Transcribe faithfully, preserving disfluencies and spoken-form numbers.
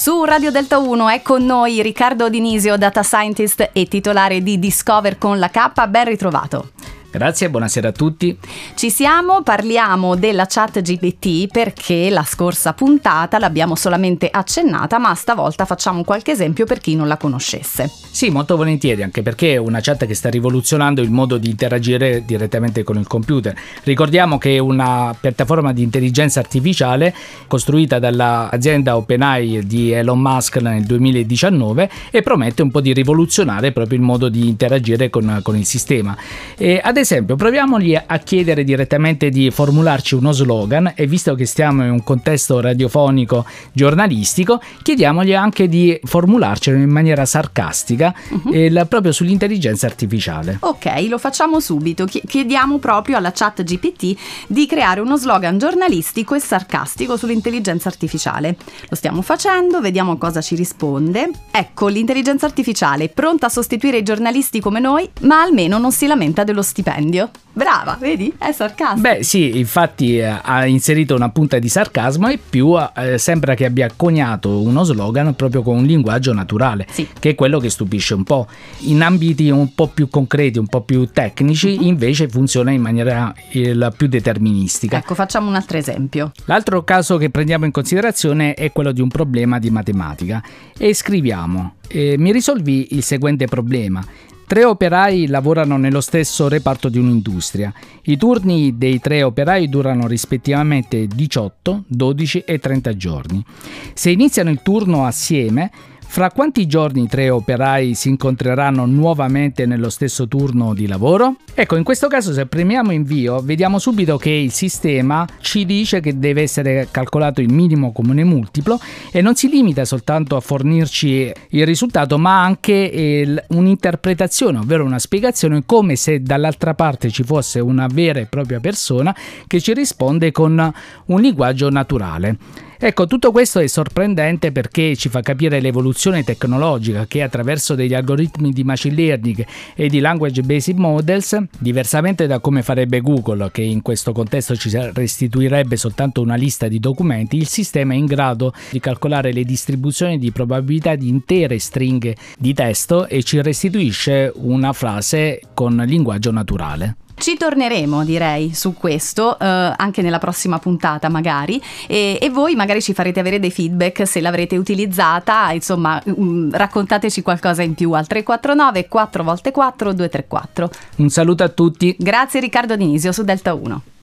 Su Radio Delta uno è con noi Riccardo Dinisio, data scientist e titolare di Discover con la K. Ben ritrovato. Grazie, buonasera a tutti. Ci siamo, parliamo della chat G P T perché la scorsa puntata l'abbiamo solamente accennata, ma stavolta facciamo qualche esempio per chi non la conoscesse. Sì, molto volentieri, anche perché è una chat che sta rivoluzionando il modo di interagire direttamente con il computer. Ricordiamo che è una piattaforma di intelligenza artificiale costruita dall'azienda OpenAI di Elon Musk nel duemiladiciannove e promette un po' di rivoluzionare proprio il modo di interagire con, con il sistema. E ad esempio, proviamogli a chiedere direttamente di formularci uno slogan e visto che stiamo in un contesto radiofonico giornalistico, chiediamogli anche di formularcelo in maniera sarcastica uh-huh. eh, proprio sull'intelligenza artificiale. Ok, lo facciamo subito. Chiediamo proprio alla chat G P T di creare uno slogan giornalistico e sarcastico sull'intelligenza artificiale. Lo stiamo facendo, vediamo cosa ci risponde. Ecco, l'intelligenza artificiale è pronta a sostituire i giornalisti come noi, ma almeno non si lamenta dello stipendio. Brava, vedi? È sarcastico. Beh sì, infatti eh, ha inserito una punta di sarcasmo e più eh, sembra che abbia coniato uno slogan proprio con un linguaggio naturale, sì. che è quello che stupisce un po'. In ambiti un po' più concreti, un po' più tecnici, uh-huh. invece funziona in maniera eh, la più deterministica. Ecco, facciamo un altro esempio. L'altro caso che prendiamo in considerazione è quello di un problema di matematica e scriviamo eh, mi risolvi il seguente problema. Tre operai lavorano nello stesso reparto di un'industria. I turni dei tre operai durano rispettivamente diciotto, dodici e trenta giorni. Se iniziano il turno assieme, fra quanti giorni i tre operai si incontreranno nuovamente nello stesso turno di lavoro? Ecco, in questo caso se premiamo invio, vediamo subito che il sistema ci dice che deve essere calcolato il minimo comune multiplo e non si limita soltanto a fornirci il risultato, ma anche eh, un'interpretazione, ovvero una spiegazione, come se dall'altra parte ci fosse una vera e propria persona che ci risponde con un linguaggio naturale. Ecco, tutto questo è sorprendente perché ci fa capire l'evoluzione tecnologica che attraverso degli algoritmi di machine learning e di language based models, diversamente da come farebbe Google, che in questo contesto ci restituirebbe soltanto una lista di documenti, il sistema è in grado di calcolare le distribuzioni di probabilità di intere stringhe di testo e ci restituisce una frase con linguaggio naturale. Ci torneremo, direi, su questo eh, anche nella prossima puntata magari e, e voi magari ci farete avere dei feedback se l'avrete utilizzata, insomma um, raccontateci qualcosa in più al tre quattro nove quattro volte quattro due tre quattro. Un saluto a tutti. Grazie Riccardo Dinisio su Delta uno.